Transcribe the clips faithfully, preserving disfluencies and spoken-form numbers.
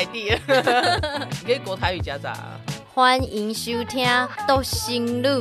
台地了，你可以国台语夹杂、啊。 欢迎收听《都心路》。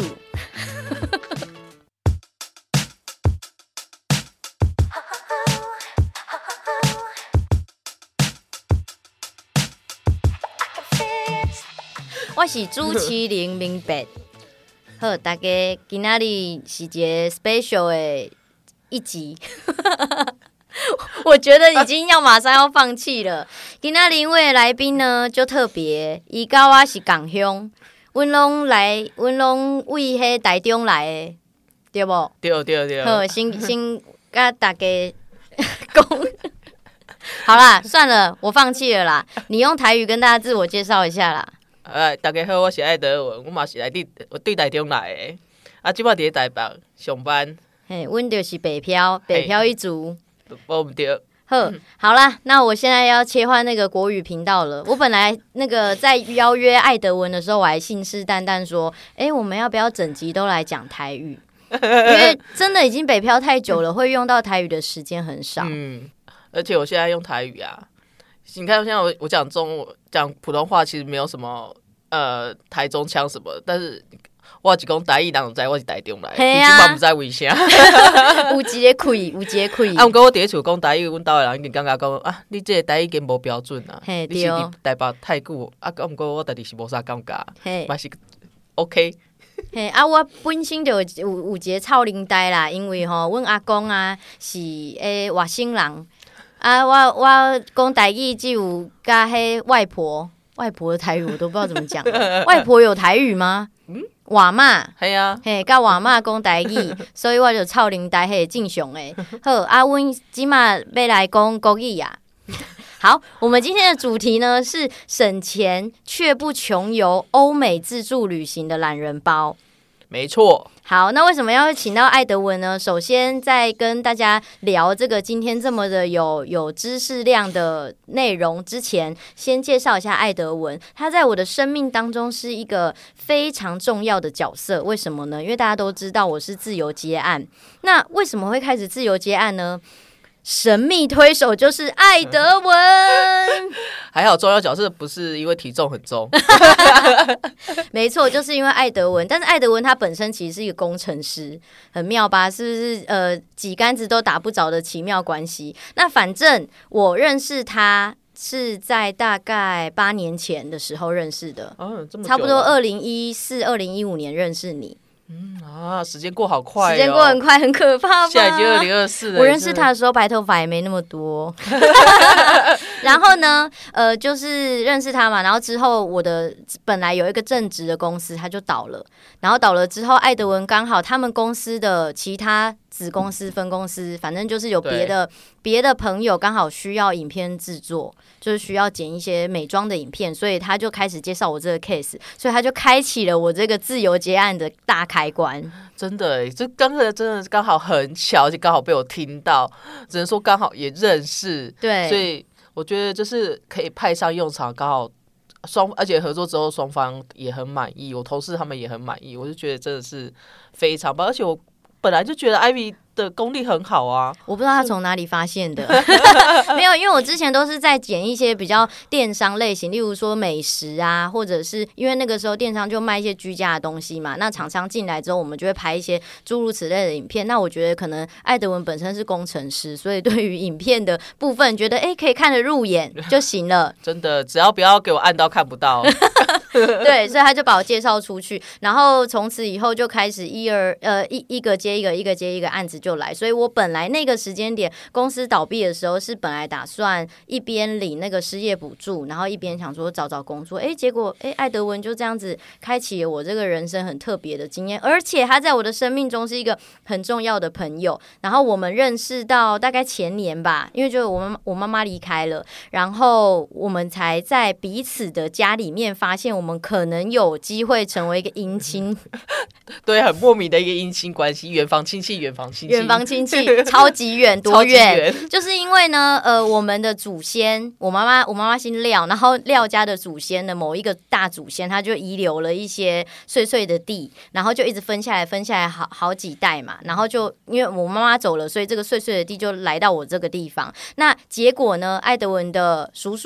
我是主持人明白。好，大家今仔日是一个 special 的一集。我觉得已经要马上要放弃了。今仔日因为来宾呢就特别，伊甲我是同乡，阮拢来，阮拢为迄台中来的，对不？ 对对对。 好，先先甲大家讲。好啦，算了，我放弃了啦。你用台语跟大家自我介绍一下啦。 呃，大家好，我是艾德文，我嘛是来对我对台中来的，啊，即摆伫台北上班。 嘿，阮就是北漂，北漂一族。 无毋对。 呵，好啦，那我现在要切换那个国语频道了。我本来那个在邀约艾德文的时候，我还信誓旦旦说，哎、欸，我们要不要整集都来讲台语？因为真的已经北漂太久了，会用到台语的时间很少。嗯， 而且我现在用台语啊。你看，现在我我讲中讲普通话，其实没有什么呃台中腔什么，但是我是讲台语，人就知我是台中来，其实嘛不知为啥。 有一个开，有一个开。 啊，不过我第一次讲台语，阮兜的人已经感觉讲啊，你这个台语已经无标准啊，你是伫台北太久啊，不过我家己是无啥感觉，嘛是 OK。 嘿啊，我本身就有有一个臭龄呆啦，因为吼，阮阿公啊是诶外省人。啊，我我讲台语只有甲迄外婆，外婆的台语我都不知道怎么讲。外婆有台语吗？嗯，外妈， 系啊， 嘿，甲外妈讲台语，所以我就臭龄台迄正常诶。好，啊，阮即马要来讲国语啊。好，我们今天的主题呢是省钱却不穷游欧美自助旅行的懒人包。 没错。 好，那为什么要请到艾德文呢？首先，在跟大家聊这个今天这么的有有知识量的内容之前，先介绍一下艾德文。他在我的生命当中是一个非常重要的角色。为什么呢？因为大家都知道我是自由接案。那为什么会开始自由接案呢？神秘推手就是艾德文。 还好重要角色不是因为体重很重。 没错，就是因为艾德文。但是艾德文他本身其实是一个工程师，很妙吧？是不是呃几竿子都打不着的奇妙关系？那反正我认识他是在大概八年前的时候认识的， 哦、这么久了， 差不多二零一四、二零一五年认识你。 嗯啊，时间过好快、哦， 时间过很快，很可怕吧？ 现在已经二零二四了。 我认识他的时候，白头发也没那么多。然后呢，呃，就是认识他嘛。然后之后，我的本来有一个正职的公司，他就倒了。然后倒了之后，艾德文刚好他们公司的其他子公司、分公司，反正就是有别的别的朋友刚好需要影片制作，就是需要剪一些美妆的影片，所以他就开始介绍我这个 case， 所以他就开启了我这个自由结案的大开关。 真的，这刚才真的刚好很巧，而且刚好被我听到，只能说刚好也认识， 对， 所以我觉得就是可以派上用场，刚好双，而且合作之后双方也很满意，我同事他们也很满意，我就觉得真的是非常棒，而且我本来就觉得 Ivy 的功力很好啊， 我不知道他从哪里发现的。没有，因为我之前都是在剪一些比较电商类型，例如说美食啊，或者是因为那个时候电商就卖一些居家的东西嘛，那厂商进来之后我们就会拍一些诸如此类的影片。那我觉得可能艾德文本身是工程师，所以对于影片的部分觉得哎可以看得入眼就行了。 真的，只要不要给我按到看不到。 对，所以他就把我介绍出去，然后从此以后就开始一二呃一一个接一个，一个接一个案子就来。所以我本来那个时间点公司倒闭的时候，是本来打算一边领那个失业补助，然后一边想说找找工作。哎，结果哎，艾德文就这样子开启了我这个人生很特别的经验，而且他在我的生命中是一个很重要的朋友。然后我们认识到大概前年吧，因为就我妈我妈妈离开了，然后我们才在彼此的家里面发现我们可能有机会成为一个姻亲。 对，很莫名的一个姻亲关系，远房亲戚，远房亲戚， 远房亲戚，超级远，多远？就是因为呢，呃，我们的祖先，我妈妈，我妈妈姓廖，然后廖家的祖先的某一个大祖先，他就遗留了一些碎碎的地，然后就一直分下来，分下来好好几代嘛，然后就因为我妈妈走了，所以这个碎碎的地就来到我这个地方。那结果呢，艾德文的叔叔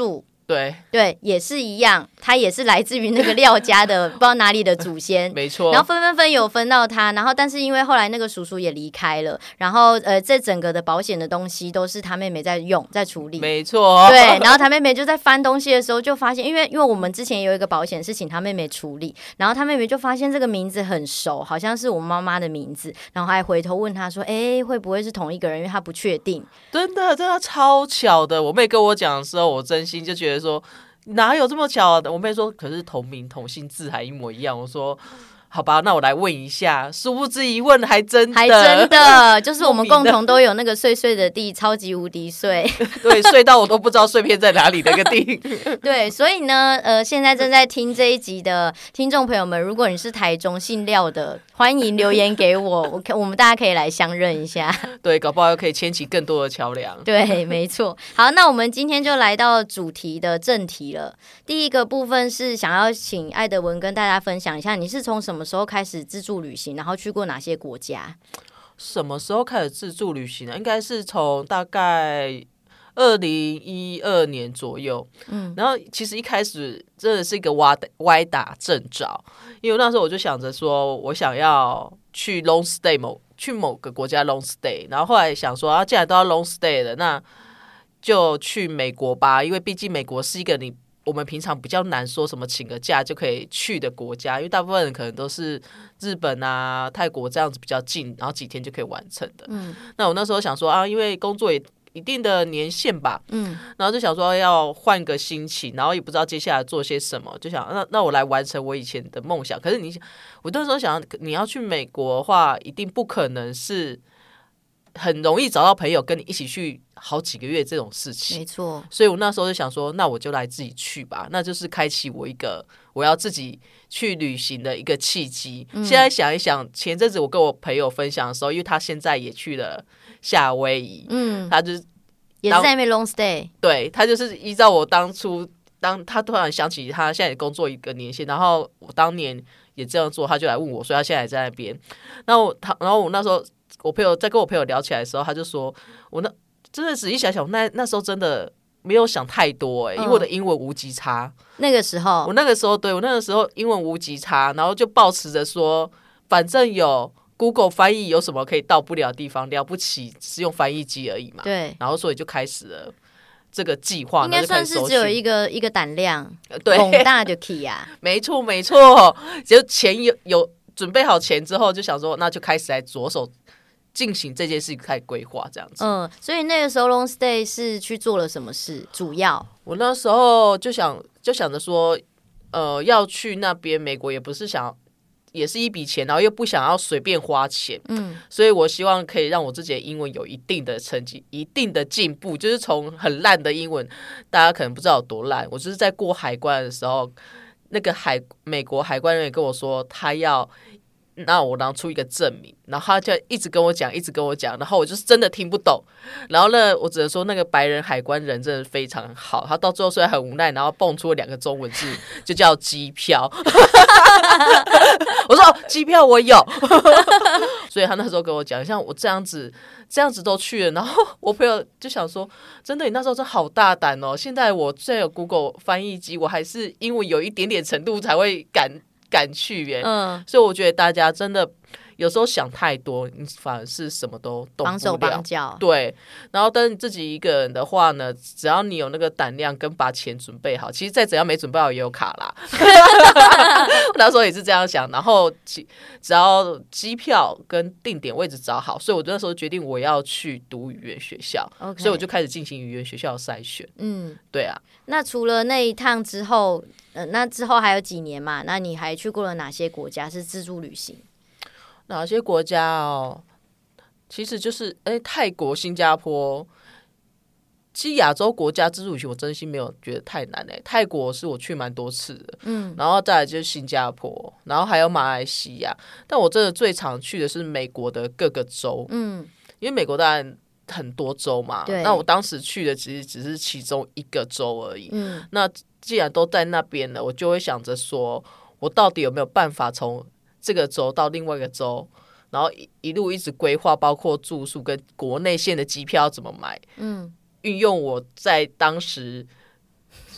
对对，也是一样，他也是来自于那个廖家的不知道哪里的祖先， 没错。 然后分分分有分到他，然后但是因为后来那个叔叔也离开了，然后呃，这整个的保险的东西都是他妹妹在用在处理， 没错。 对，然后他妹妹就在翻东西的时候就发现，因为因为我们之前有一个保险是请他妹妹处理，然后他妹妹就发现这个名字很熟，好像是我妈妈的名字，然后还回头问他说，哎，会不会是同一个人？因为他不确定。 真的真的超巧的，我妹跟我讲的时候，我真心就觉得说哪有这么巧的？我妹说可是同名同姓字还一模一样，我说好吧，那我来问一下，殊不知一问还真的还真的就是我们共同都有那个碎碎的地，超级无敌碎对，碎到我都不知道碎片在哪里那个地对，所以呢呃，现在正在听这一集的听众朋友们，如果你是台中姓廖的，欢迎留言给我我, 我们大家可以来相认一下对，搞不好又可以牵起更多的桥梁。 对，没错。好，那我们今天就来到主题的正题了。第一个部分是想要请艾德文跟大家分享一下，你是从什么时候开始自助旅行，然后去过哪些国家？ 什么时候开始自助旅行呢？应该是从大概二零一二年左右。嗯，然后其实一开始真的是一个歪歪打正着，因为那时候我就想着说我想要去 long stay 某去某个国家 long stay， 然后后来想说啊，既然都要 long stay 了，那就去美国吧，因为毕竟美国是一个你我们平常比较难说什么请个假就可以去的国家，因为大部分人可能都是日本啊、泰国这样子比较近，然后几天就可以完成的。嗯，那我那时候想说啊，因为工作也一定的年限吧，嗯，然后就想说要换个心情，然后也不知道接下来做些什么，就想那那我来完成我以前的梦想。可是你，我那时候想，你要去美国的话，一定不可能是很容易找到朋友跟你一起去好几个月这种事情， 没错。 所以我那时候就想说，那我就来自己去吧，那就是开启我一个我要自己去旅行的一个契机。嗯、现在想一想，前阵子我跟我朋友分享的时候，因为他现在也去了夏威夷，嗯，他就是也是在那边 long stay， 对，他就是依照我当初当他突然想起他现在工作一个年限，然后我当年也这样做，他就来问我，所以他现在也在那边。然后他，然后我那时候我朋友在跟我朋友聊起来的时候，他就说我那真的仔细想想，那那时候真的没有想太多哎、欸，因为我的英文无极差。 嗯、那个时候， 我那个时候对我那个时候英文无极差，然后就抱持着说，反正有 Google 翻译，有什么可以到不了的地方？了不起，只是用翻译机而已嘛。 对， 然后所以就开始了这个计划， 应该算是只有一个一个胆量， 对， 宏大就可以啊。 没错没错，就钱有有准备好钱之后，就想说那就开始来着手进行这件事情，开始规划这样子。 嗯，所以那个时候 long stay 是去做了什么事？主要我那时候就想就想着说，呃，要去那边美国也不是想，也是一笔钱，然后又不想要随便花钱，嗯，所以我希望可以让我自己的英文有一定的成绩、一定的进步，就是从很烂的英文，大家可能不知道有多烂，我就是在过海关的时候，那个海美国海关人员跟我说，他要。那我拿出一个证明，然后他就一直跟我讲，一直跟我讲，然后我就是真的听不懂。然后呢，我只能说那个白人海关人真的非常好，他到最后虽然很无奈，然后蹦出了两个中文字，就叫机票。我说哦，机票我有，所以他那时候跟我讲，像我这样子，这样子都去了。然后我朋友就想说，真的，你那时候真好大胆哦！现在我虽然有 Google 翻译机，我还是英文有一点点程度才会敢。敢去耶、欸嗯，所以我觉得大家真的有时候想太多，你反而是什么都动不了， 绑手绑脚。 对，然后等你自己一个人的话呢，只要你有那个胆量跟把钱准备好，其实再怎样没准备好也有卡啦。我那时候也是这样想，然后只要机票跟定点位置找好，所以我那时候决定我要去读语言学校， okay. 所以我就开始进行语言学校的筛选。嗯，对啊。 那除了那一趟之后，呃，那之后还有几年嘛？那你还去过了哪些国家是自助旅行？ 哪些国家哦？其实就是哎，泰国、新加坡。其实亚洲国家自助旅行，我真心没有觉得太难哎。泰国是我去蛮多次的，嗯，然后再来就是新加坡，然后还有马来西亚。但我真的最常去的是美国的各个州，嗯，因为美国当然很多州嘛，那我当时去的其实只是其中一个州而已。嗯，那既然都在那边了，我就会想着说，我到底有没有办法从这个州到另外一个州？然后 一, 一路一直规划，包括住宿跟国内线的机票怎么买，嗯，运用我在当时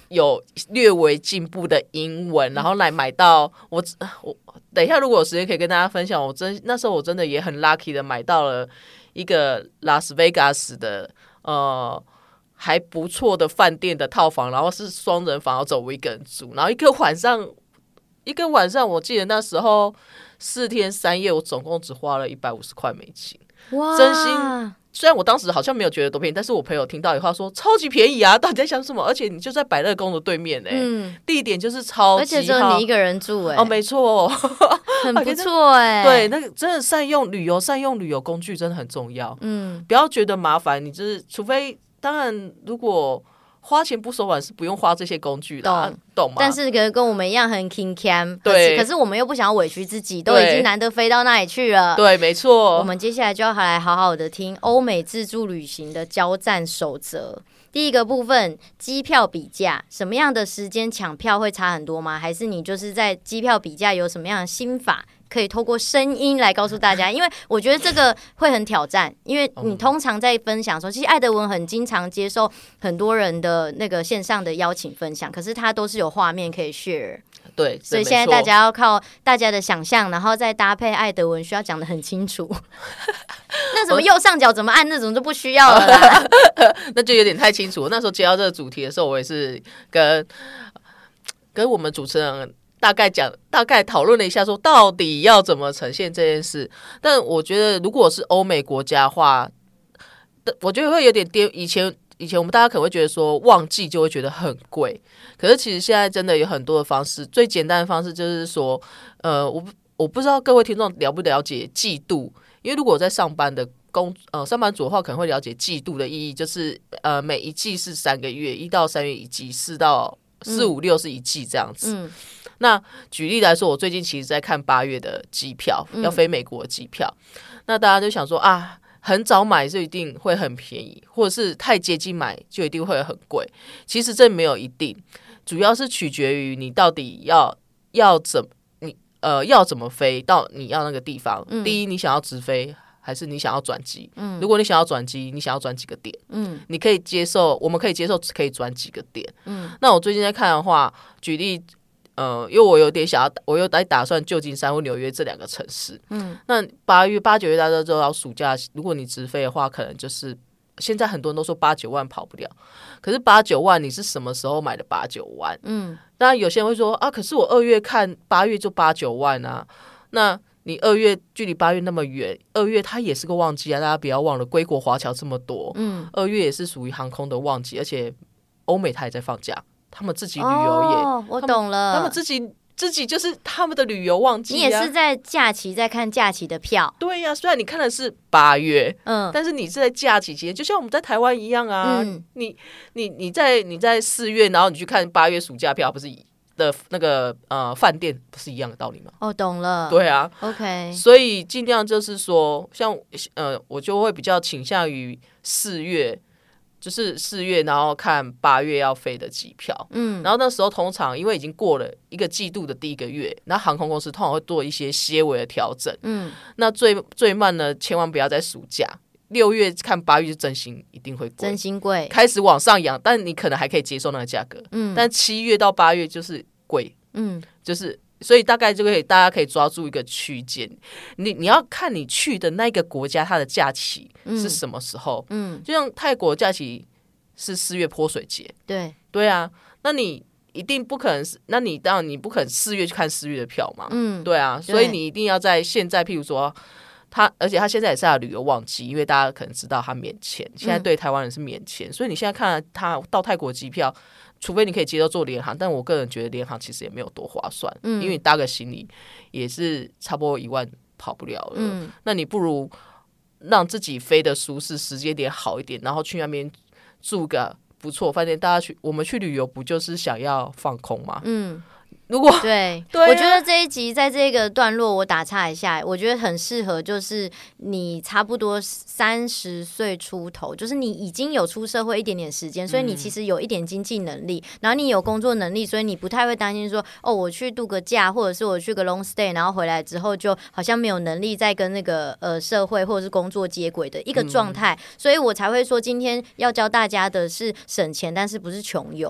有略微进步的英文，然后来买到我我等一下如果有时间可以跟大家分享，我真那时候我真的也很 lucky 的买到了一个拉斯维加斯的呃还不错的饭店的套房，然后是双人房，要走我一个人住，然后一个晚上一个晚上我记得那时候四天三夜，我总共只花了一百五十块美金， 哇， 真心。虽然我当时好像没有觉得多便宜，但是我朋友听到以后说超级便宜啊，到底在想什么？而且你就在百乐宫的对面哎、欸嗯，地点就是超级好， 而且只有你一个人住哎、欸， 哦，没错， 很不错哎、欸。 对，那个真的善用旅游，善用旅游工具真的很重要。嗯，不要觉得麻烦，你就是除非当然如果。花钱不手软是不用花这些工具的、啊，懂吗？ 但是可能跟我们一样很 king cam， 对， 可是我们又不想要委屈自己，都已经难得飞到那里去了。 对，没错。 我们接下来就要来好好的听欧美自助旅行的交战守则。第一个部分，机票比价，什么样的时间抢票会差很多吗？还是你就是在机票比价有什么样的心法？可以透过声音来告诉大家，因为我觉得这个会很挑战，因为你通常在分享的时候，其实艾德文很经常接受很多人的那个线上的邀请分享，可是他都是有画面可以 share， 对， 所以现在大家要靠大家的想象，然后再搭配艾德文需要讲得很清楚。那什么右上角怎么按那种就不需要了啦， 那就有点太清楚。那时候接到这个主题的时候，我也是跟跟我们主持人。大概讲，大概讨论了一下，说到底要怎么呈现这件事。但我觉得，如果是欧美国家的话，我觉得会有点颠。以前以前我们大家可能会觉得说，旺季就会觉得很贵，可是其实现在真的有很多的方式。最简单的方式就是说，呃，我我不知道各位听众了不了解季度，因为如果我在上班的工呃上班族的话，可能会了解季度的意义，就是呃每一季是三个月，一到三月一季，四到四五六是一季这样子。嗯，那举例来说，我最近其实在看八月的机票，要飞美国的机票、嗯。那大家就想说啊，很早买就一定会很便宜，或者是太接近买就一定会很贵。其实这没有一定，主要是取决于你到底要要怎你呃要怎么飞到你要那个地方。嗯、第一，你想要直飞。还是你想要转机、嗯？如果你想要转机，你想要转几个点？嗯，你可以接受，我们可以接受可以转几个点。嗯，那我最近在看的话，举例，呃，因为我有点想要，我有在打算旧金山或纽约这两个城市。嗯，那八月八九月大家都要暑假，如果你直飞的话，可能就是现在很多人都说八九万跑不了，可是八九万你是什么时候买的八九万？嗯，当然有些人会说啊，可是我二月看八月就八九万啊，那。你二月距离八月那么远，二月它也是个旺季啊！大家不要忘了，归国华侨这么多，嗯，二月也是属于航空的旺季，而且欧美它也在放假，他们自己旅游业， 哦，我懂了， 他们自己自己就是他们的旅游旺季、啊。 你也是在假期在看假期的票， 对呀、啊。虽然你看的是八月，嗯，但是你是在假期期间，就像我们在台湾一样啊。嗯、你你你在你在四月，然后你去看八月暑假票，不是的那个呃饭店不是一样的道理吗？ 哦，懂了。 对啊 ，OK。 所以尽量就是说，像呃，我就会比较倾向于四月，就是四月，然后看八月要飞的机票。嗯，然后那时候通常因为已经过了一个季度的第一个月，那航空公司通常会做一些些微的调整。嗯，那最最慢呢，千万不要在暑假。六月看八月是真心一定会贵， 真心贵， 开始往上扬，但你可能还可以接受那个价格。嗯，但七月到八月就是贵。嗯，就是所以大概就可以大家可以抓住一个区间，你你要看你去的那个国家它的假期是什么时候。嗯，就像泰国假期是四月泼水节， 对对啊，那你一定不可能是，那你当然你不可能四月去看四月的票嘛。嗯，对啊，所以你一定要在现在，譬如说。他而且他现在也是他的旅游旺季，因为大家可能知道他免签，现在对台湾人是免签、嗯，所以你现在看他到泰国机票，除非你可以接受做联航，但我个人觉得联航其实也没有多划算，嗯、因为你搭个行李也是差不多一万跑不了了、嗯，那你不如让自己飞的舒适，时间点好一点，然后去那边住个不错饭店。大家去我们去旅游不就是想要放空吗？嗯。如果对, 对、啊， 我觉得这一集在这个段落我打岔一下，我觉得很适合，就是你差不多三十岁出头，就是你已经有出社会一点点时间，所以你其实有一点经济能力，然后你有工作能力，所以你不太会担心说，哦，我去度个假，或者是我去个 long stay， 然后回来之后就好像没有能力再跟那个呃社会或者是工作接轨的一个状态、嗯，所以我才会说今天要教大家的是省钱，但是不是穷游。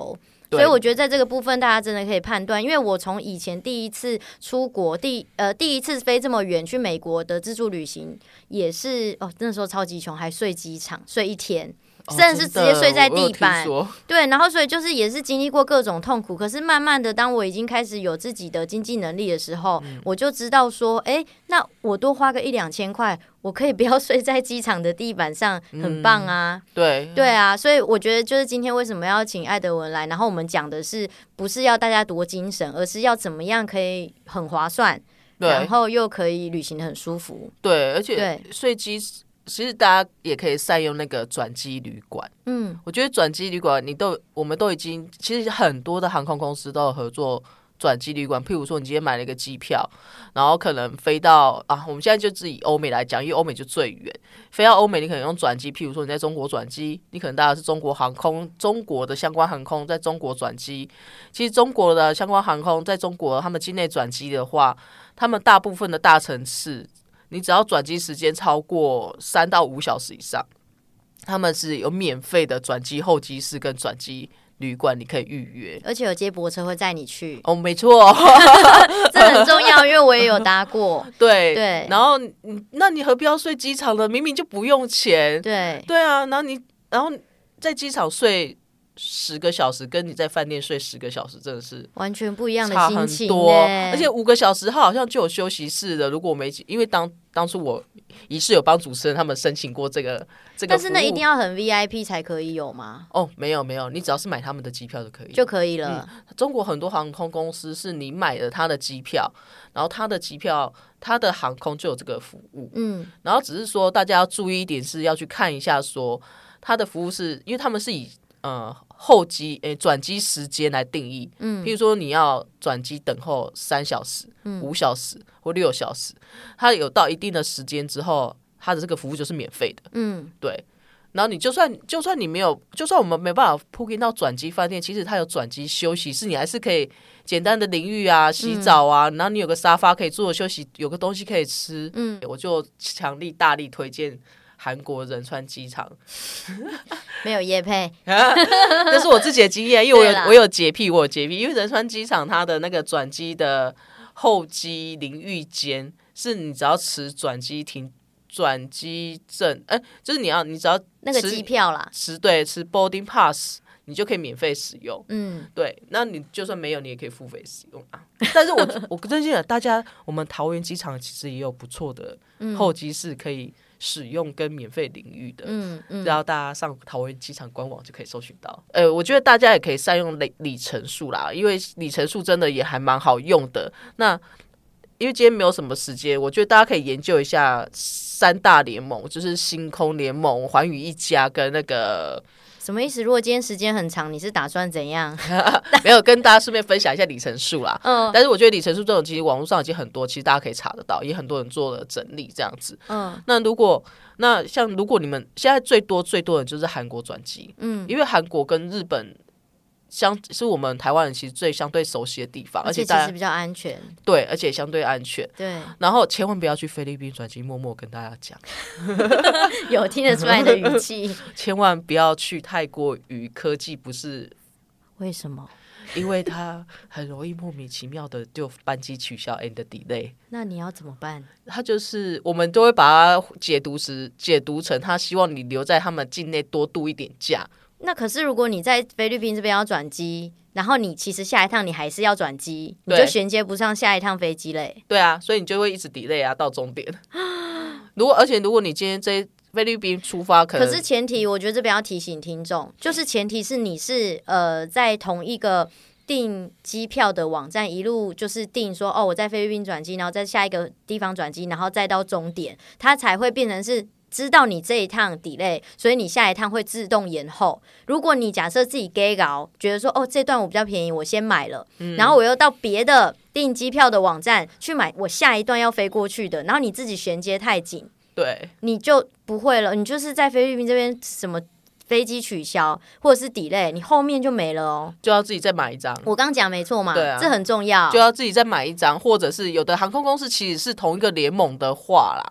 所以我觉得在这个部分大家真的可以判断，因为我从以前第一次出国第呃第一次飞这么远去美国的自助旅行，也是哦那时候超级穷，还睡机场睡一天。甚至是直接睡在地板， 哦、 对，然后所以就是也是经历过各种痛苦，可是慢慢的，当我已经开始有自己的经济能力的时候，嗯、我就知道说，哎，那我多花个一两千块，我可以不要睡在机场的地板上，很棒啊， 嗯、对， 对啊，所以我觉得就是今天为什么要请艾德文来，然后我们讲的是不是要大家多精神，而是要怎么样可以很划算，然后又可以旅行得很舒服， 对，而且睡机。其实大家也可以善用那个转机旅馆，嗯，我觉得转机旅馆你都我们都已经，其实很多的航空公司都有合作转机旅馆。譬如说，你今天买了一个机票，然后可能飞到啊，我们现在就自己欧美来讲，因为欧美就最远，飞到欧美你可能用转机。譬如说你在中国转机，你可能搭的是中国航空，中国的相关航空在中国转机。其实中国的相关航空在中国他们境内转机的话，他们大部分的大城市。你只要转机时间超过三到五小时以上，他们是有免费的转机候机室跟转机旅馆，你可以预约， 而且有接驳车会载你去。 哦，没错， 这很重要，因为我也有搭过。 对对， 然后那你何必要睡机场呢？明明就不用钱。 对对啊，然后你然后在机场睡十个小时，跟你在饭店睡十个小时，真的是完全不一样的心情， 差很多。而且五个小时，它好像就有休息室的。如果我没，因为当当初我仪式有帮主持人他们申请过这个这个， 但是那一定要很 V I P 才可以有吗？ 哦，没有没有，你只要是买他们的机票就可以就可以了。 嗯、中国很多航空公司是你买了他的机票，然后他的机票，他的航空就有这个服务。嗯，然后只是说大家要注意一点，是要去看一下说他的服务是因为他们是以呃。候机诶，转机时间来定义，嗯，譬如说你要转机等候三小时、嗯、五小时或六小时，它有到一定的时间之后，它的这个服务就是免费的，嗯，对。然后你就算就算你没有，就算我们没办法铺进到转机饭店，其实它有转机休息室，你还是可以简单的淋浴啊、洗澡啊，嗯、然后你有个沙发可以坐休息，有个东西可以吃，嗯，我就强力大力推荐。韩国仁川机场没有业配， 这是我自己的经验，因为我有我有洁癖，我有洁癖，因为仁川机场它的那个转机的候机淋浴间，是你只要持转机停转机证，哎、欸，就是你要你只要那个机票啦， 持对持 boarding pass。你就可以免费使用，嗯，对，那你就算没有，你也可以付费使用啊。但是我我真心的，大家我们桃园机场其实也有不错的候机室可以使用跟免费淋浴的，嗯嗯，然后大家上桃园机场官网就可以搜寻到。呃，我觉得大家也可以善用里里程数啦，因为里程数真的也还蛮好用的。那因为今天没有什么时间，我觉得大家可以研究一下三大联盟，就是星空联盟、环宇一家跟那个。 什么意思？如果今天时间很长，你是打算怎样？ 没有跟大家顺便分享一下里程数啦。嗯，但是我觉得里程数这种其实网络上已经很多，其实大家可以查得到，也很多人做了整理这样子。嗯，那如果那像如果你们现在最多最多的就是韩国转机，嗯，因为韩国跟日本。相是我们台湾人其实最相对熟悉的地方， 而且其实比较安全。 对，而且相对安全。 对， 然后千万不要去菲律宾转机，默默跟大家讲， 有听得出来的语气。 千万不要去太过于科技，不是为什么？ 因为它很容易莫名其妙的就班机取消 and delay。 那你要怎么办？ 他就是我们都会把它解读时解读成他希望你留在他们境内多度一点假。 那可是如果你在菲律宾这边要转机，然后你其实下一趟你还是要转机，你就衔接不上下一趟飞机嘞。 对啊，所以你就会一直 delay 啊到终点。如果而且如果你今天这菲律宾出发可能， 可是前提我觉得这边要提醒听众，就是前提是你是呃在同一个订机票的网站一路就是订说哦我在菲律宾转机，然后在下一个地方转机，然后再到终点，它才会变成是。知道你这一趟 delay， 所以你下一趟会自动延后。如果你假设自己 gay 搞，觉得说哦这段我比较便宜，我先买了，嗯、然后我又到别的订机票的网站去买我下一段要飞过去的，然后你自己衔接太紧， 对， 你就不会了。你就是在菲律宾这边什么飞机取消或者是 delay， 你后面就没了哦， 就要自己再买一张。 我刚讲没错嘛， 对啊， 这很重要， 就要自己再买一张，或者是有的航空公司其实是同一个联盟的话啦。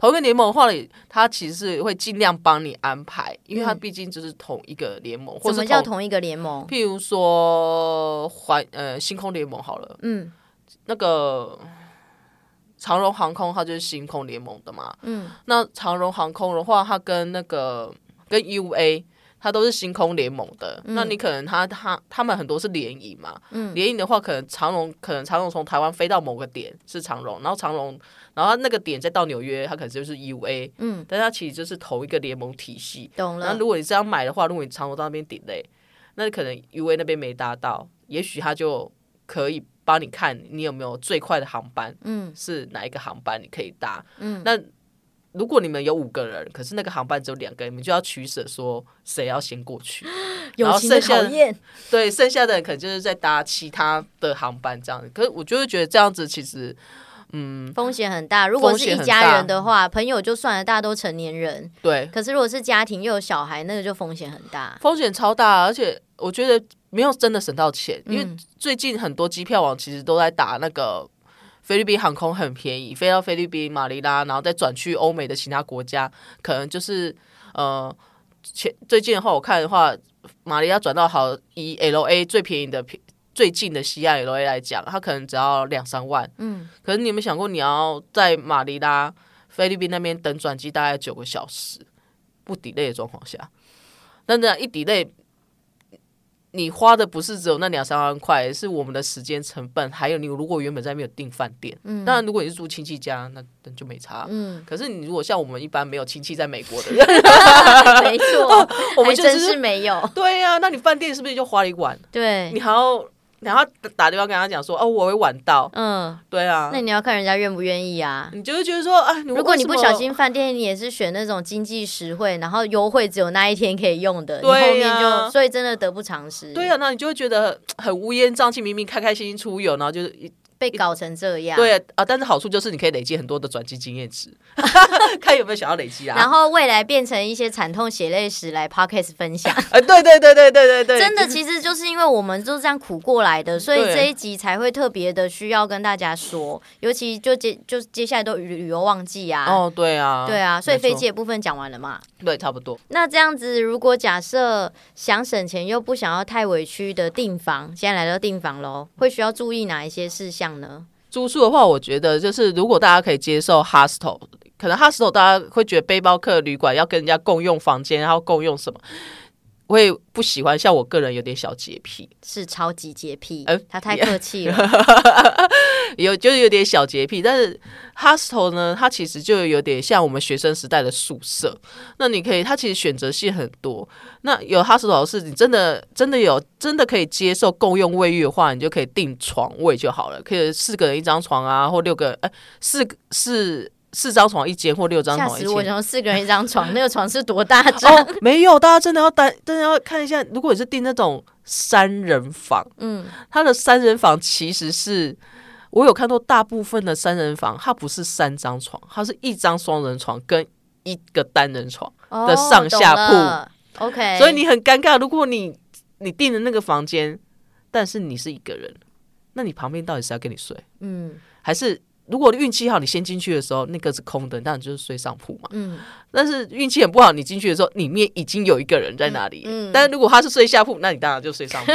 同一个联盟的话，它其实是会尽量帮你安排，因为它毕竟就是同一个联盟。嗯、或什么叫同一个联盟？ 譬如说环呃星空联盟好了，嗯，那个长荣航空它就是星空联盟的嘛，嗯，那长荣航空的话，它跟那个跟 U A。它都是星空联盟的，嗯、那你可能他他他们很多是联营嘛，嗯，联营的话，可能长荣可能长荣从台湾飞到某个点是长荣，然后长荣，然后那个点再到纽约，它可能就是 U A， 嗯，但它其实就是同一个联盟体系。 懂了。 那如果你这样买的话，如果你长荣到那边delay，那可能 U A 那边没达到，也许他就可以帮你看你有没有最快的航班，嗯，是哪一个航班你可以搭，嗯，那。如果你们有五个人，可是那个航班只有两个人，你们就要取舍，说谁要先过去。 友情的考验。 对，剩下的人可能就是在搭其他的航班这样子。可是我就会觉得这样子其实，嗯， 风险很大。如果是一家人的话，朋友就算了，大家都成年人。 对。 可是如果是家庭又有小孩，那个就风险很大。 风险超大，而且我觉得没有真的省到钱，因为最近很多机票网其实都在打那个。菲律宾航空很便宜，飞到菲律宾马尼拉，然后再转去欧美的其他国家，可能就是呃，前最近的话，我看的话，马尼拉转到好以 L A 最便宜的最近的西岸 L A 来讲，它可能只要两三万。嗯，可是你有没有想过，你要在马尼拉菲律宾那边等转机大概九个小时，不 delay 的状况下，那这样一 delay。你花的不是只有那两三万块，是我们的时间成本，还有你如果原本在没有订饭店，嗯，当然如果你是住亲戚家，那那就没差，嗯。可是你如果像我们一般没有亲戚在美国的人， 没错， 我们就是还真是没有。 对呀、啊，那你饭店是不是就花了一晚？ 对， 你还要。然后打电话跟他讲说，哦，我会晚到。嗯，对啊。 那你要看人家愿不愿意啊。 你就会觉得说，啊， 如果你不小心饭店，你也是选那种经济实惠，然后优惠只有那一天可以用的，对啊、你后面就，所以真的得不偿失。 对啊，那你就会觉得很乌烟瘴气，明明开开心心出游，然后就是。 被搞成这样， 对啊，但是好处就是你可以累积很多的转机经验值，看有没有想要累积啊。 然后未来变成一些惨痛血泪史来 podcast 分享。 呃，对对对对对对对， 真的，其实就是因为我们就这样苦过来的，所以这一集才会特别的需要跟大家说，尤其就接就接下来都旅游旺季啊。 哦，对啊， 对啊，所以飞机的部分讲完了嘛？ 对，差不多。 那这样子，如果假设想省钱又不想要太委屈的订房，现在来到订房喽，会需要注意哪一些事项呢？ 住宿的话，我觉得就是如果大家可以接受 hostel， 可能 hostel 大家会觉得背包客旅馆要跟人家共用房间，然后共用什么，我也不喜欢。像我个人有点小洁癖， 是超级洁癖，呃、他太客气了， 有就是有点小洁癖。但是 hostel 呢，它其实就有点像我们学生时代的宿舍。那你可以，它其实选择性很多。那有 hostel 是你真的真的有真的可以接受共用卫浴的话，你就可以订床位就好了，可以四个人一张床啊，或六个人，哎、呃，四四。四张床一间或六张床一间， 吓死我！想说四个人一张床，那个床是多大张？ 哦，没有，大家真的要单，真的要看一下。如果你是订那种三人房，嗯，它的三人房其实是我有看到，大部分的三人房它不是三张床，它是一张双人床跟一个单人床的上下铺。 哦、OK， 所以你很尴尬。如果你你订的那个房间，但是你是一个人，那你旁边到底是要跟你睡，嗯，还是？如果运气好，你先进去的时候那个是空的，当然就是睡上铺嘛。嗯，但是运气很不好，你进去的时候里面已经有一个人在那里。嗯，但是如果他是睡下铺，那你当然就睡上铺，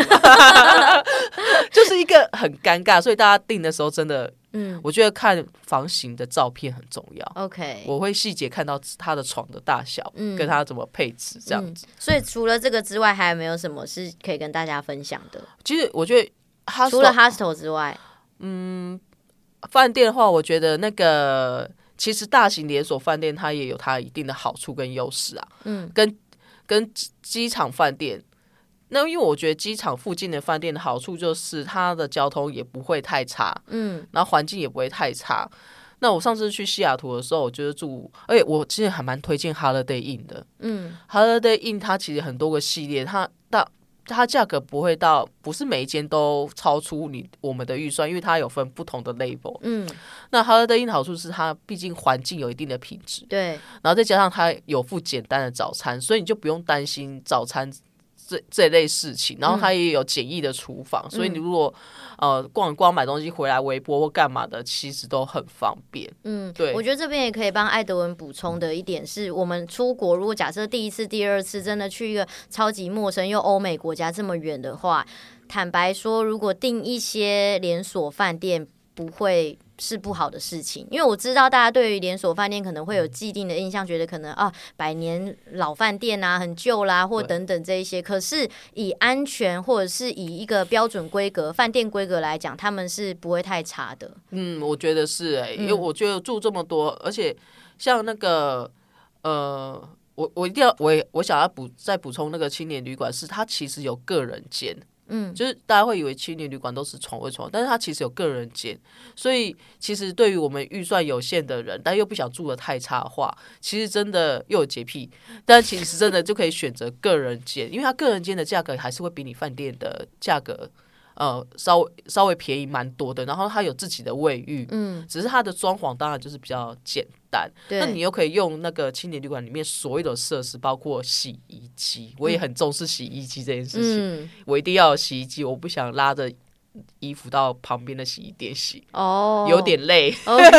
就是一个很尴尬。所以大家订的时候真的，嗯，我觉得看房型的照片很重要。 OK， 我会细节看到他的床的大小，嗯，跟他怎么配置这样子、嗯。 所以除了这个之外，还有没有什么是可以跟大家分享的？ 其实我觉得 hostel, 除了 hostel 之外， 嗯。饭店的话，我觉得那个其实大型连锁饭店它也有它一定的好处跟优势啊。嗯，跟跟机场饭店，那因为我觉得机场附近的饭店的好处就是它的交通也不会太差，嗯，然后环境也不会太差。那我上次去西雅图的时候，我就是住，而且我其实还蛮推荐 Holiday Inn 的。嗯 ，Holiday Inn 它其实很多个系列，它大。它价格不会到，不是每一间都超出你我们的预算，因为它有分不同的 label。嗯，那 Holiday Inn 的好处是它毕竟环境有一定的品质， 对， 然后再加上它有附简单的早餐，所以你就不用担心早餐这这一类事情，然后它也有简易的厨房，嗯、所以你如果呃逛逛买东西回来微波或干嘛的，其实都很方便。 嗯， 对， 我觉得这边也可以帮艾德文补充的一点是，我们出国如果假设第一次、第二次真的去一个超级陌生又欧美国家这么远的话，坦白说，如果订一些连锁饭店不会是不好的事情，因为我知道大家对于连锁饭店可能会有既定的印象，觉得可能啊百年老饭店啊很旧啦，或等等这一些。可是以安全或者是以一个标准规格饭店规格来讲，他们是不会太差的。 嗯，我觉得是哎、欸，因为我觉得住这么多，而且像那个呃，我我一定要我我想要补再补充那个青年旅馆，是它其实有个人间。嗯，就是大家会以为青年旅馆都是床位床，但是它其实有个人间，所以其实对于我们预算有限的人，但又不想住得太差的话，其实真的又有洁癖，但其实真的就可以选择个人间，因为它个人间的价格还是会比你饭店的价格呃稍微稍微便宜蛮多的，然后它有自己的卫浴，嗯，只是它的装潢当然就是比较简单，那你又可以用那个青年旅馆里面所有的设施，包括洗衣机，我也很重视洗衣机这件事情，嗯、我一定要有洗衣机，我不想拉着衣服到旁边的洗衣店洗，哦，有点累。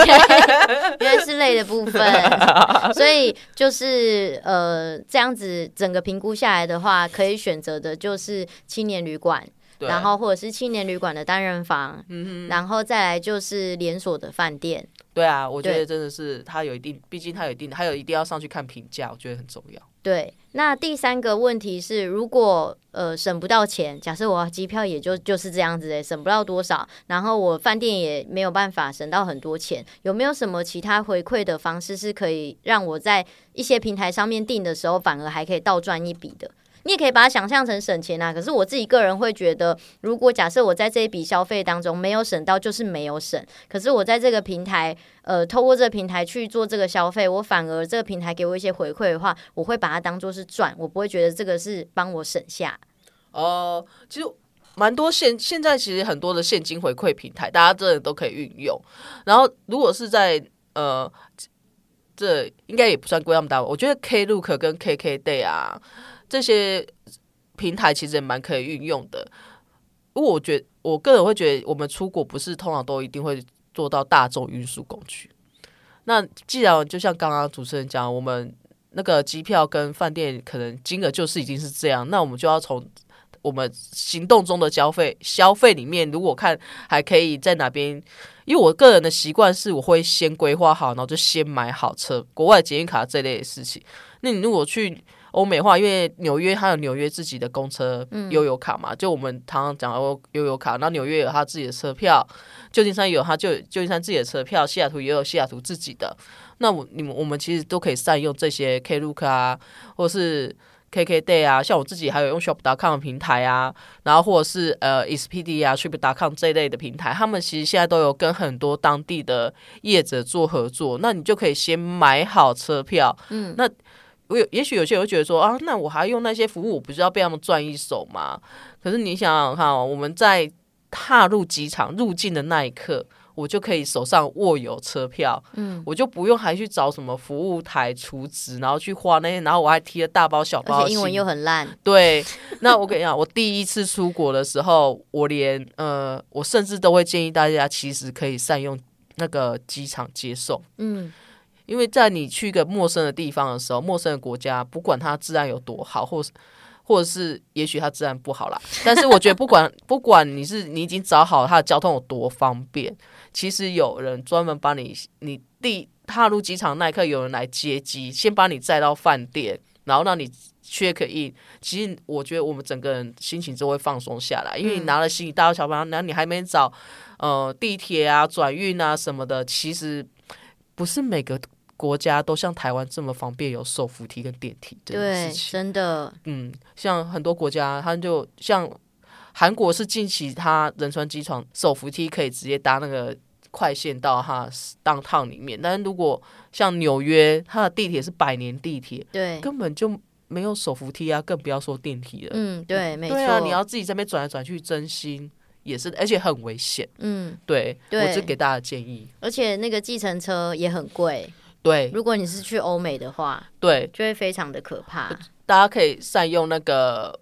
Okay, 原来是累的部分，所以就是呃这样子整个评估下来的话，可以选择的就是青年旅馆。然后或者是青年旅馆的单人房，嗯、然后再来就是连锁的饭店。 对啊，我觉得真的是它有一定，毕竟它有一定，还有一定要上去看评价，我觉得很重要。 对，那第三个问题是，如果呃省不到钱，假设我机票也就就是这样子诶，省不到多少，然后我饭店也没有办法省到很多钱，有没有什么其他回馈的方式是可以让我在一些平台上面订的时候，反而还可以倒赚一笔的？你也可以把它想象成省钱啊，可是我自己个人会觉得，如果假设我在这一笔消费当中没有省到，就是没有省。可是我在这个平台，呃，透过这个平台去做这个消费，我反而这个平台给我一些回馈的话，我会把它当做是赚，我不会觉得这个是帮我省下。 哦、呃，其实蛮多现现在其实很多的现金回馈平台，大家真的都可以运用。然后如果是在呃。这应该也不算贵那么大，我觉得 Klook 跟 K K Day 啊这些平台其实也蛮可以运用的。因为我觉得我个人会觉得，我们出国不是通常都一定会做到大众运输工具。那既然就像刚刚主持人讲，我们那个机票跟饭店可能金额就是已经是这样，那我们就要从我们行动中的消费消费里面，如果看还可以在哪边，因为我个人的习惯是我会先规划好，然后就先买好车，国外捷运卡这类的事情。那你如果去欧美化，因为纽约它有纽约自己的公车悠游卡嘛，嗯、就我们常常讲的悠游卡，然后纽约有它自己的车票，旧金山也有它旧旧金山自己的车票，西雅图也有西雅图自己的。那我你们我们其实都可以善用这些 Klook 啊，或是K K Day 啊，像我自己还有用 shop 点 com 的平台啊，然后或者是呃 Expedia 啊 trip 点 com 这一类的平台，他们其实现在都有跟很多当地的业者做合作，那你就可以先买好车票，嗯，那我有也许有些人会觉得说啊，那我还用那些服务，我不是要被他们赚一手吗？可是你想想看哦，我们在踏入机场入境的那一刻，我就可以手上握有车票，嗯，我就不用还去找什么服务台储值，然后去花那些，然后我还提了大包小包， 而且英文又很烂。 对，那我跟你讲，我第一次出国的时候，我连呃，我甚至都会建议大家，其实可以善用那个机场接送，嗯。因为在你去一个陌生的地方的时候，陌生的国家，不管它治安有多好，或是或者是也许它治安不好啦，但是我觉得不管不管你是你已经找好它的交通有多方便，其实有人专门把你你第踏入机场那一刻，有人来接机，先把你载到饭店，然后让你check in。其实我觉得我们整个人心情就会放松下来，因为你拿了行李大包小包，然后你还没找呃地铁啊、转运啊什么的，其实不是每个国家都像台湾这么方便有手扶梯跟电梯这件事情。 对，真的， 嗯，像很多国家，它就像韩国是近期它仁川机场手扶梯可以直接搭那个快线到它 downtown 里面，但是如果像纽约，它的地铁是百年地铁， 对， 根本就没有手扶梯啊，更不要说电梯了。 嗯，对，没错， 对啊，你要自己在那边转来转去，真心。也是，而且很危险。嗯，对， 对， 我只给大家建议。 而且那个计程车也很贵。 对， 如果你是去欧美的话， 对， 就会非常的可怕。 大家可以善用那个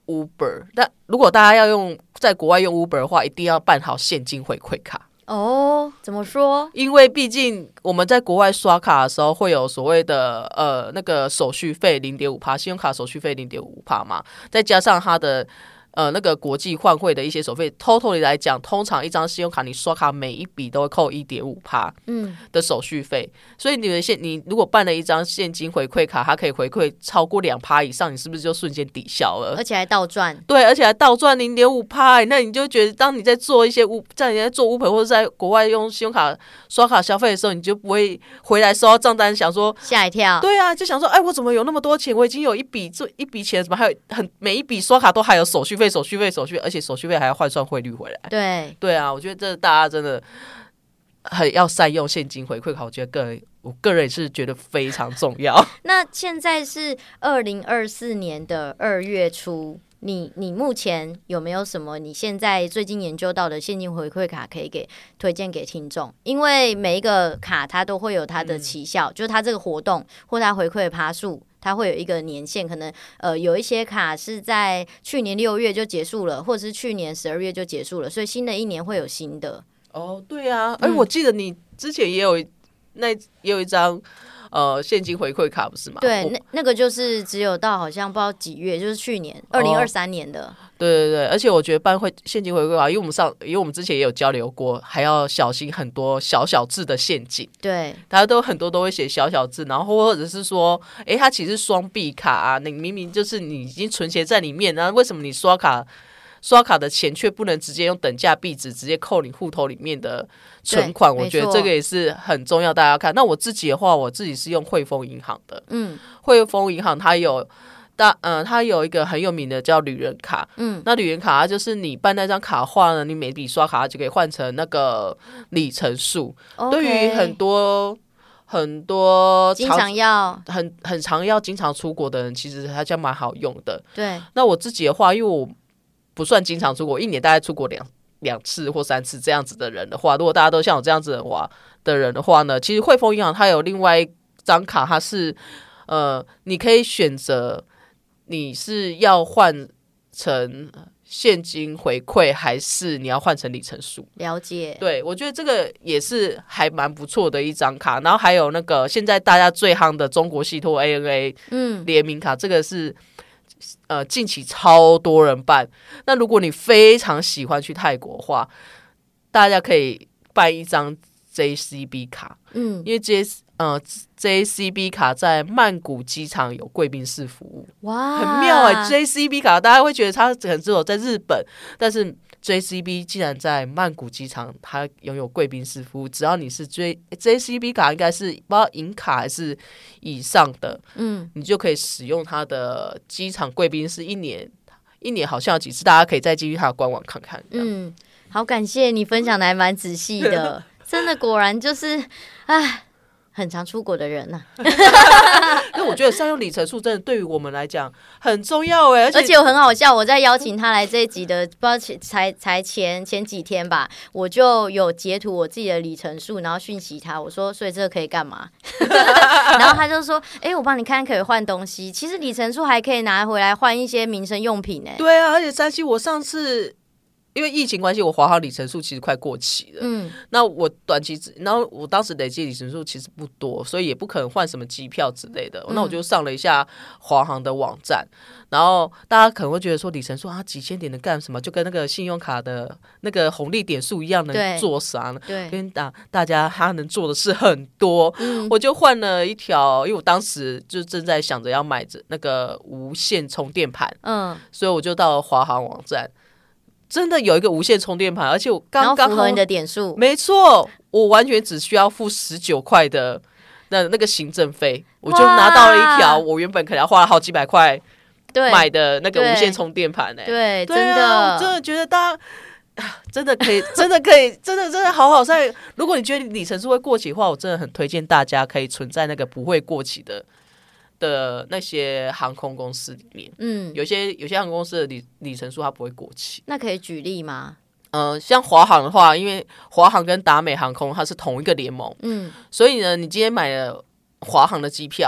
Uber， 但如果大家要用在国外用 Uber 的话，一定要办好现金回馈卡。 哦，怎么说？ 因为毕竟我们在国外刷卡的时候会有所谓的呃那个手续费 百分之零点五， 信用卡手续费 百分之零点五 嘛，再加上它的呃那个国际换汇的一些手费 ，totally 来讲，通常一张信用卡你刷卡每一笔都会扣 百分之一点五 的手续费，嗯，所以你的现你如果办了一张现金回馈卡，它可以回馈超过 百分之二 以上，你是不是就瞬间抵消了？ 而且还倒赚。对， 而且还倒赚 百分之零点五， 那你就觉得当你在做一些在你在做 Uber 或者在国外用信用卡刷卡消费的时候，你就不会回来收到账单想说吓一跳。 对啊，就想说哎，我怎么有那么多钱？我已经有一笔这一笔钱，怎么还有很每一笔刷卡都还有手续费手续费手续费，而且手续费还要换算汇率回来。 对对啊，我觉得这大家真的很要善用现金回馈卡，我觉得个人我个人也是觉得非常重要。 那现在是二零二四年的二月初，你你目前有没有什么你现在最近研究到的现金回馈卡可以给推荐给听众？因为每一个卡它都会有它的期效，嗯，就是它这个活动或它回馈的趴数，它会有一个年限，可能呃有一些卡是在去年六月就结束了，或者是去年十二月就结束了，所以新的一年会有新的。 哦，对啊，哎，嗯，我记得你之前也有那也有一张呃现金回馈卡，不是吗？ 对，那那个就是只有到好像不知道几月，就是去年二零二三年的。 对对对，而且我觉得办会现金回馈卡，因为我们上，因为我们之前也有交流过，还要小心很多小小字的陷阱。 对， 大家都很多都会写小小字，然后或者是说，哎，它其实是双币卡啊，你明明就是你已经存钱在里面，然后为什么你刷卡刷卡的钱却不能直接用等价币值直接扣你户头里面的存款？我觉得这个也是很重要，大家看。那我自己的话，我自己是用汇丰银行的，嗯，汇丰银行它有。大嗯，它有一个很有名的叫旅人卡，嗯，那旅人卡它就是你办那张卡的话呢，你每笔刷卡就可以换成那个里程数。Okay. 对于很多很多经常要很很常要经常出国的人，其实它就蛮好用的。 对， 那我自己的话，因为我不算经常出国，一年大概出国两两次或三次这样子的人的话，如果大家都像我这样子的话的人的话呢，其实汇丰银行它有另外一张卡，它是呃，你可以选择。你是要换成现金回馈，还是你要换成里程数？ 了解。对， 我觉得这个也是还蛮不错的一张卡。然后还有那个现在大家最夯的中国信托 A N A 联名卡，嗯，这个是呃近期超多人办。那如果你非常喜欢去泰国的话，大家可以办一张 J C B 卡，嗯，因为 J呃 J C B 卡在曼谷机场有贵宾室服务，哇，很妙哎，欸！J C B 卡大家会觉得它可能只有在日本，但是 J C B 竟然在曼谷机场，它拥有贵宾室服务。只要你是 J J C B 卡，应该是不知道银卡还是以上的，嗯，你就可以使用它的机场贵宾室一年，一年好像有几次，大家可以再进去它的官网看看。 嗯，好，感谢你分享的还蛮仔细的，真的果然就是，哎。很常出国的人呐， 啊，因为我觉得善用里程数真的对于我们来讲很重要哎， 而且我很好笑，我在邀请他来这一集的，不知道才才前前几天吧，我就有截图我自己的里程数，然后讯息他，我说所以这个可以干嘛？然后他就说，哎，欸，我帮你看可以换东西，其实里程数还可以拿回来换一些民生用品哎，欸。 对啊，而且山西我上次。因为疫情关系，我华航里程数其实快过期了。嗯，那我短期，然后我当时累积里程数其实不多，所以也不可能换什么机票之类的。嗯，那我就上了一下华航的网站，然后大家可能会觉得说里程数啊几千点能干什么？就跟那个信用卡的那个红利点数一样，能做啥呢？对，跟大大家他能做的事很多。嗯，我就换了一条，因为我当时就正在想着要买着那个无线充电盘，嗯，所以我就到了华航网站。真的有一个无线充电盘，而且我刚刚符合你的点数， 没错，我完全只需要付十九块的那那个行政费，我就拿到了一条我原本可能要花了好几百块买的那个无线充电盘。哎， 对， 对， 真的， 啊，我真的觉得大家真的可以，真的可以，真的真的好好在。如果你觉得里程数会过期的话，我真的很推荐大家可以存在那个不会过期的。的那些航空公司里面，嗯，有些有些航空公司的里里程数它不会过期。 那可以举例吗？ 呃，像华航的话，因为华航跟达美航空它是同一个联盟，嗯，所以呢，你今天买了华航的机票，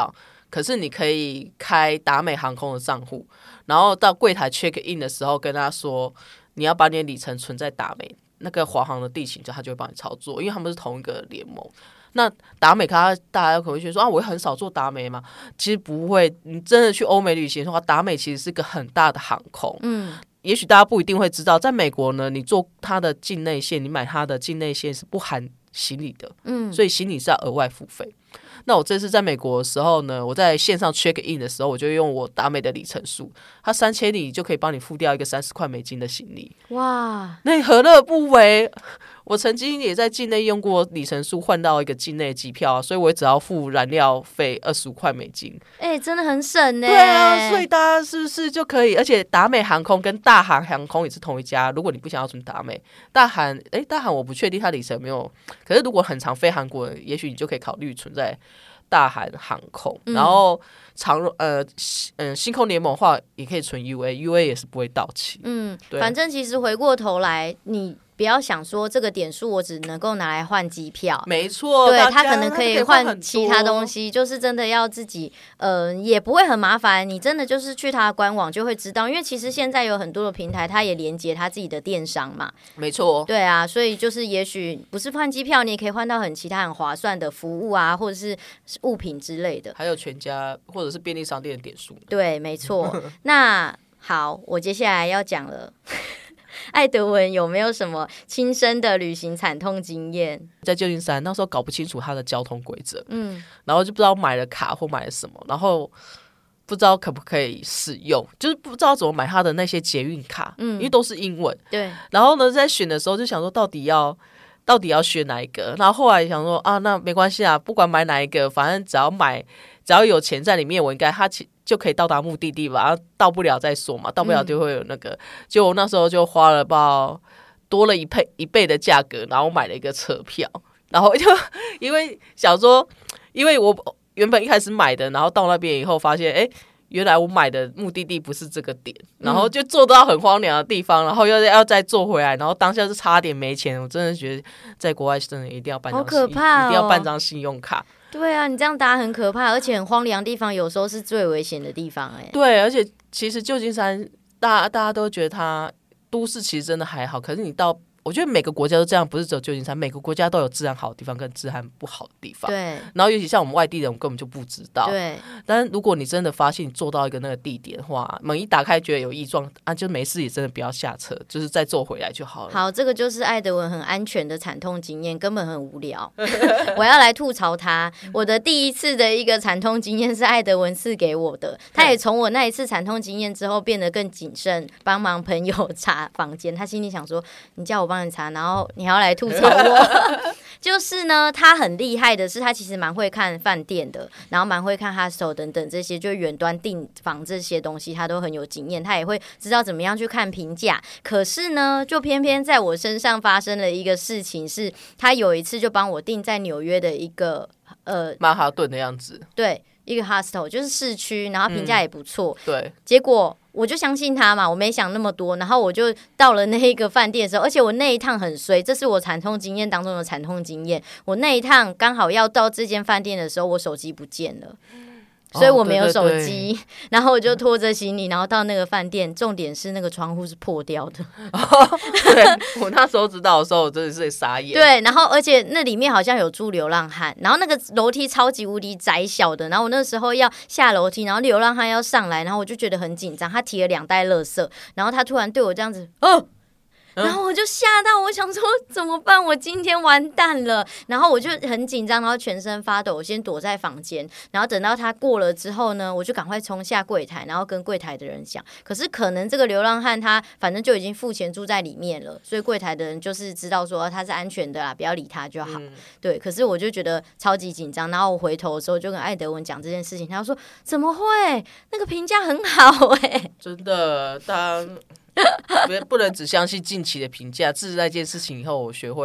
可是你可以开达美航空的账户，然后到柜台 check in 的时候跟他说你要把你的里程存在达美，那个华航的地勤他就会帮你操作，因为他们是同一个联盟。那达美他大家可能会觉得说啊，我很少做达美嘛，其实不会。你真的去欧美旅行的话，达美其实是个很大的航空。嗯，也许大家不一定会知道，在美国呢，你做它的境内线，你买它的境内线是不含行李的。嗯，所以行李是要额外付费。那我这次在美国的时候呢，我在线上 check in 的时候，我就用我达美的里程数，它三千里就可以帮你付掉一个三十块美金的行李。哇，那你何乐不为？我曾经也在境内用过里程数换到一个境内机票、啊，所以我只要付燃料费二十五块美金。 哎、欸，真的很省呢。 对啊，所以大家是不是就可以？而且达美航空跟大韩航空也是同一家。如果你不想要存达美，大韩哎、欸，大韩我不确定它里程有没有，可是如果很常飞韩国人，也许你就可以考虑存在大韩航空。嗯、然后长呃嗯星空联盟的话，也可以存 U A，U A 也是不会到期。 嗯，反正其实回过头来你。不要想说这个点数我只能够拿来换机票， 没错， 对，他可能可以换其他东西，就是真的要自己，呃，也不会很麻烦。你真的就是去他的官网就会知道，因为其实现在有很多的平台，他也连接他自己的电商嘛， 没错， 对啊，所以就是也许不是换机票，你也可以换到很其他很划算的服务啊，或者是物品之类的， 还有全家或者是便利商店的点数， 对，没错。那好，我接下来要讲了。艾德文有没有什么亲身的旅行惨痛经验？ 在旧金山那时候搞不清楚它的交通规则，嗯，然后就不知道买了卡或买了什么，然后不知道可不可以使用，就是不知道怎么买它的那些捷运卡，嗯，因为都是英文， 对。 然后呢，在选的时候就想说到底要到底要选哪一个，然后后来想说啊，那没关系啊，不管买哪一个，反正只要买只要有钱在里面，我应该它其就可以到达目的地吧，到不了再说嘛，到不了就会有那个。就、嗯、我那时候就花了包多了一倍一倍的价格，然后买了一个车票，然后就因为想说，因为我原本一开始买的，然后到那边以后发现，哎，原来我买的目的地不是这个点，然后就坐到很荒凉的地方，然后又要再坐回来，然后当下是差点没钱。我真的觉得在国外真的一定要办张， 好可怕哦， 一定要办张信用卡。 对啊，你这样搭很可怕，而且很荒凉的地方有时候是最危险的地方。哎， 对，而且其实旧金山大家大家都觉得它都市其实真的还好，可是你到我觉得每个国家都这样，不是只有旧金山，每个国家都有治安好的地方跟治安不好的地方。 对， 然后尤其像我们外地人，我们根本就不知道。 对， 但是如果你真的发现你坐到一个那个地点的话，门一打开觉得有异状啊，就没事，也真的不要下车，就是再坐回来就好了。 好，这个就是艾德文很安全的惨痛经验，根本很无聊。我要来吐槽他，我的第一次的一个惨痛经验是艾德文赐给我的，他也从我那一次惨痛经验之后变得更谨慎，帮忙朋友查房间。他心里想说，你叫我帮你查，然后你还要来吐槽我。就是呢，他很厉害的是，他其实蛮会看饭店的，然后蛮会看 hostel 等等这些，就远端订房这些东西，他都很有经验，他也会知道怎么样去看评价。可是呢，就偏偏在我身上发生了一个事情，是他有一次就帮我订在纽约的一个呃曼哈顿的样子， 对，一个 hostel 就是市区，然后评价也不错、 嗯，对， 结果。我就相信他嘛，我没想那么多，然后我就到了那一个饭店的时候，而且我那一趟很衰，这是我惨痛经验当中的惨痛经验。我那一趟刚好要到这间饭店的时候，我手机不见了。所以我没有手机、哦、对对对，然后我就拖着行李，然后到那个饭店，重点是那个窗户是破掉的。 哦、对，我那时候知道的时候，我真的是傻眼。 对，然后而且那里面好像有住流浪汉，然后那个楼梯超级无敌窄小的，然后我那时候要下楼梯，然后流浪汉要上来，然后我就觉得很紧张，他提了两袋垃圾，然后他突然对我这样子，哦。然后我就吓到，我想说怎么办？我今天完蛋了。然后我就很紧张，然后全身发抖，我先躲在房间。然后等到他过了之后呢，我就赶快冲下柜台，然后跟柜台的人讲。可是可能这个流浪汉他反正就已经付钱住在里面了，所以柜台的人就是知道说他是安全的啦，不要理他就好。嗯、对，可是我就觉得超级紧张。然后我回头的时候就跟艾德文讲这件事情，他就说怎么会？那个评价很好哎、欸， 真的当。不能只相信近期的评价，自那件事情以后，我学会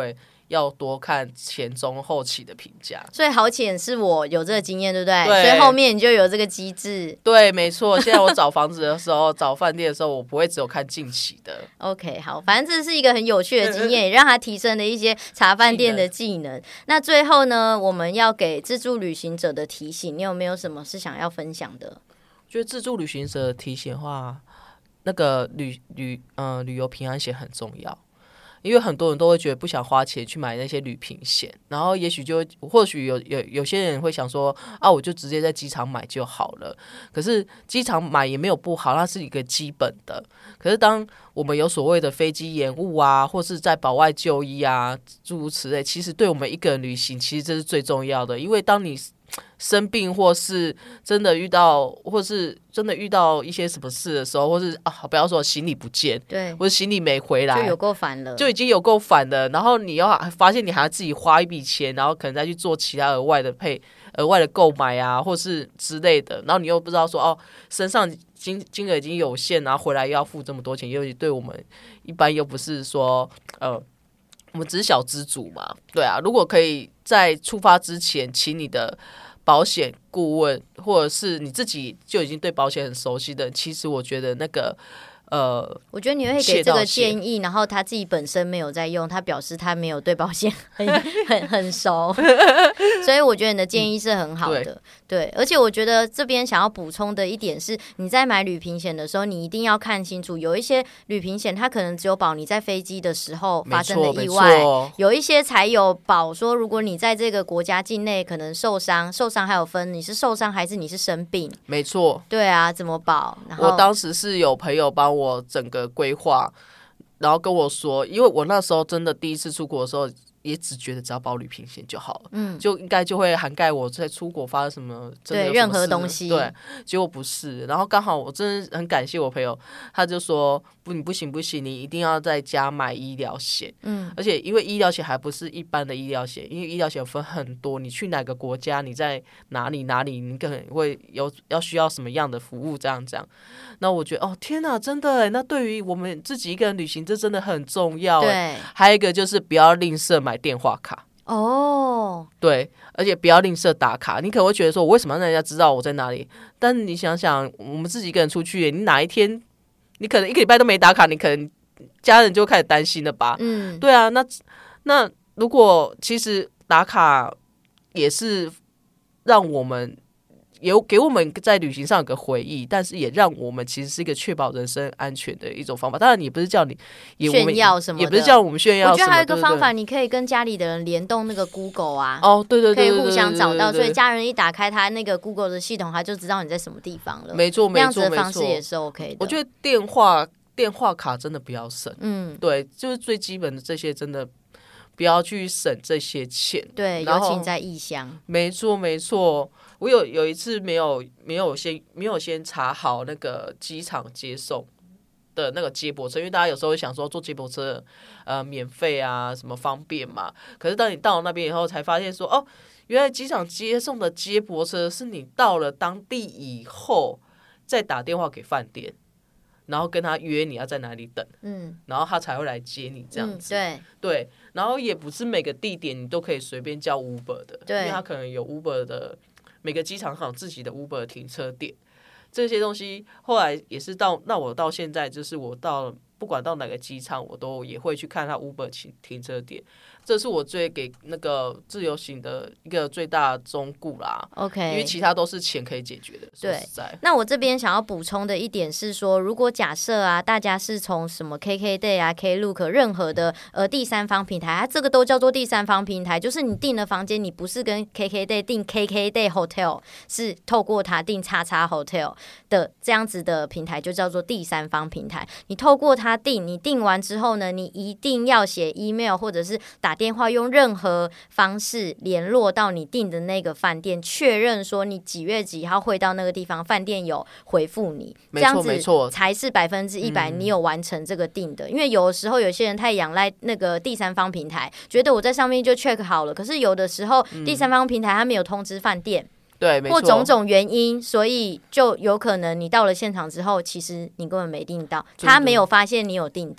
要多看前中后期的评价。 所以好险是我有这个经验，对不对？ 对， 所以后面你就有这个机制。 对，没错。现在我找房子的时候，找饭店的时候，我不会只有看近期的。 OK， 好，反正这是一个很有趣的经验，也让他提升了一些查饭店的技能。那最后呢，我们要给自助旅行者的提醒，你有没有什么是想要分享的？ 觉得自助旅行者的提醒的话，那个旅旅呃旅游平安险很重要。因为很多人都会觉得不想花钱去买那些旅平险，然后也许就或许有有有些人会想说啊，我就直接在机场买就好了。可是机场买也没有不好，那是一个基本的。可是当我们有所谓的飞机延误啊，或是在保外就医啊，诸如此类，其实对我们一个人旅行，其实这是最重要的。因为当你生病或是真的遇到，或是真的遇到一些什么事的时候，或是啊，不要说行李不见， 对， 或者行李没回来， 就有够烦了， 就已经有够烦的。然后你要发现你还要自己花一笔钱，然后可能再去做其他额外的配、额外的购买啊，或是之类的。然后你又不知道说哦，身上金金额已经有限，然后回来又要付这么多钱，尤其对我们一般又不是说呃。我们只是小资主嘛，对啊。如果可以在出发之前，请你的保险顾问，或者是你自己就已经对保险很熟悉的，其实我觉得那个呃， 我觉得你会给这个建议，然后他自己本身没有在用，他表示他没有对保险很很很熟，所以我觉得你的建议是很好的。嗯、对, 对，而且我觉得这边想要补充的一点是，你在买旅平险的时候，你一定要看清楚，有一些旅平险它可能只有保你在飞机的时候发生的意外，有一些才有保说，如果你在这个国家境内可能受伤，受伤还有分你是受伤还是你是生病， 没错， 对啊，怎么保？然后我当时是有朋友帮我整个规划，然后跟我说，因为我那时候真的第一次出国的时候，也只觉得只要保旅平险就好了，嗯，就应该就会涵盖我在出国发生什么真的有什么事， 对任何东西， 对，结果不是。然后刚好我真的很感谢我朋友，他就说不，你不行不行，你一定要在家买医疗险，嗯，而且因为医疗险还不是一般的医疗险，因为医疗险分很多，你去哪个国家，你在哪里哪里，你可能会有要需要什么样的服务，这样这样。那我觉得哦，天哪，真的耶，那对于我们自己一个人旅行，这真的很重要。对，还有一个就是不要吝啬买电话卡哦，对，而且不要吝啬打卡。你可能会觉得说，我为什么要让人家知道我在哪里？但是你想想，我们自己一个人出去，你哪一天你可能一个礼拜都没打卡，你可能家人就开始担心了吧？嗯，对啊，那那如果其实打卡也是让我们。有给我们在旅行上有个回忆，但是也让我们其实是一个确保人身安全的一种方法。当然，也不是叫你也炫耀什么的， 也不是叫我们炫耀什么。 我觉得还有一个方法，你可以跟家里的人联动那个 Google 啊， 哦，对对 对, 对, 对, 对, 对, 对， 可以互相找到，所以家人一打开他那个 Google 的系统，他就知道你在什么地方了。 没错，没错， 那样子的方式也是 OK 的。 我觉得电话电话卡真的不要省，嗯，对，就是最基本的这些真的。不要去省这些钱， 对，尤其在异乡。 没错，没错。我有有一次没有没有先没有先查好那个机场接送的那个接驳车，因为大家有时候会想说坐接驳车呃免费啊什么方便嘛。可是当你到了那边以后，才发现说哦，原来机场接送的接驳车是你到了当地以后再打电话给饭店。然后跟他约你要在哪里等，嗯，然后他才会来接你这样子， 嗯、对对，然后也不是每个地点你都可以随便叫 Uber 的，对，因为他可能有 Uber 的每个机场好像自己的 Uber 停车点，这些东西后来也是到那我到现在就是我到不管到哪个机场，我都也会去看他 Uber 停车点。这是我最给那个自由行的一个最大的忠告啦 ，OK， 因为其他都是钱可以解决的。 对，那我这边想要补充的一点是说，如果假设啊，大家是从什么 K K Day 啊、Klook 任何的呃第三方平台，它这个都叫做第三方平台，就是你订的房间，你不是跟 K K Day 订 K K Day Hotel， 是透过它订叉叉 Hotel 的这样子的平台，就叫做第三方平台。你透过它订，你订完之后呢，你一定要写 email 或者是打电话用任何方式联络到你订的那个饭店，确认说你几月几号会到那个地方，饭店有回复你，这样子才是百分之一百你有完成这个订的。嗯、因为有的时候有些人太仰赖那个第三方平台，觉得我在上面就 check 好了，可是有的时候、嗯、第三方平台他没有通知饭店。 对， 或种种原因，所以就有可能你到了现场之后，其实你根本没订到，他没有发现你有订到。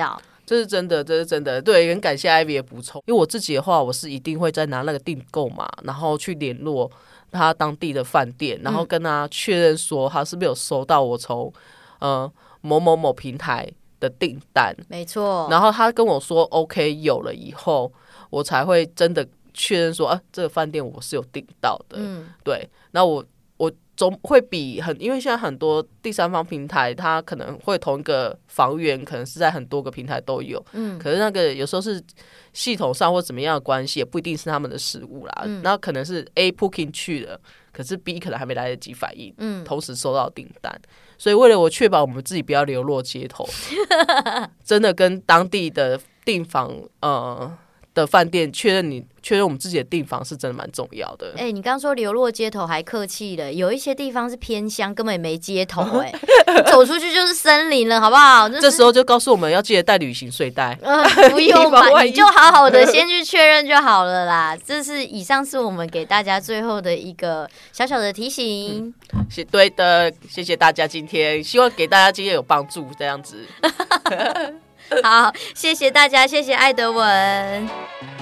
这是真的，这是真的，对，很感谢 Ivy 的补充。因为我自己的话，我是一定会再拿那个订购码，然后去联络他当地的饭店，然后跟他确认说他是不是有收到我从呃某某某平台的订单， 没错。 然后他跟我说 OK 有了以后，我才会真的确认说啊，这个饭店我是有订到的。嗯，对。那我我总会比很，因为现在很多第三方平台，它可能会同一个房源，可能是在很多个平台都有。嗯，可是那个有时候是系统上或怎么样的关系，也不一定是他们的失误啦。嗯，那可能是 A booking 去了，可是 B 可能还没来得及反应，嗯，同时收到订单。所以为了我确保我们自己不要流落街头，真的跟当地的订房呃的饭店确认你确认我们自己的订房是真的蛮重要的。 哎、欸，你刚刚说流落街头还客气了，有一些地方是偏乡，根本也没街头、欸，哎，走出去就是森林了，好不好？ 这时候就告诉我们要记得带旅行睡袋。 呃，不用吧，你就好好的先去确认就好了啦。这是以上是我们给大家最后的一个小小的提醒。 嗯，是对的，谢谢大家今天，希望给大家今天有帮助，这样子。 好，谢谢大家，谢谢艾德文。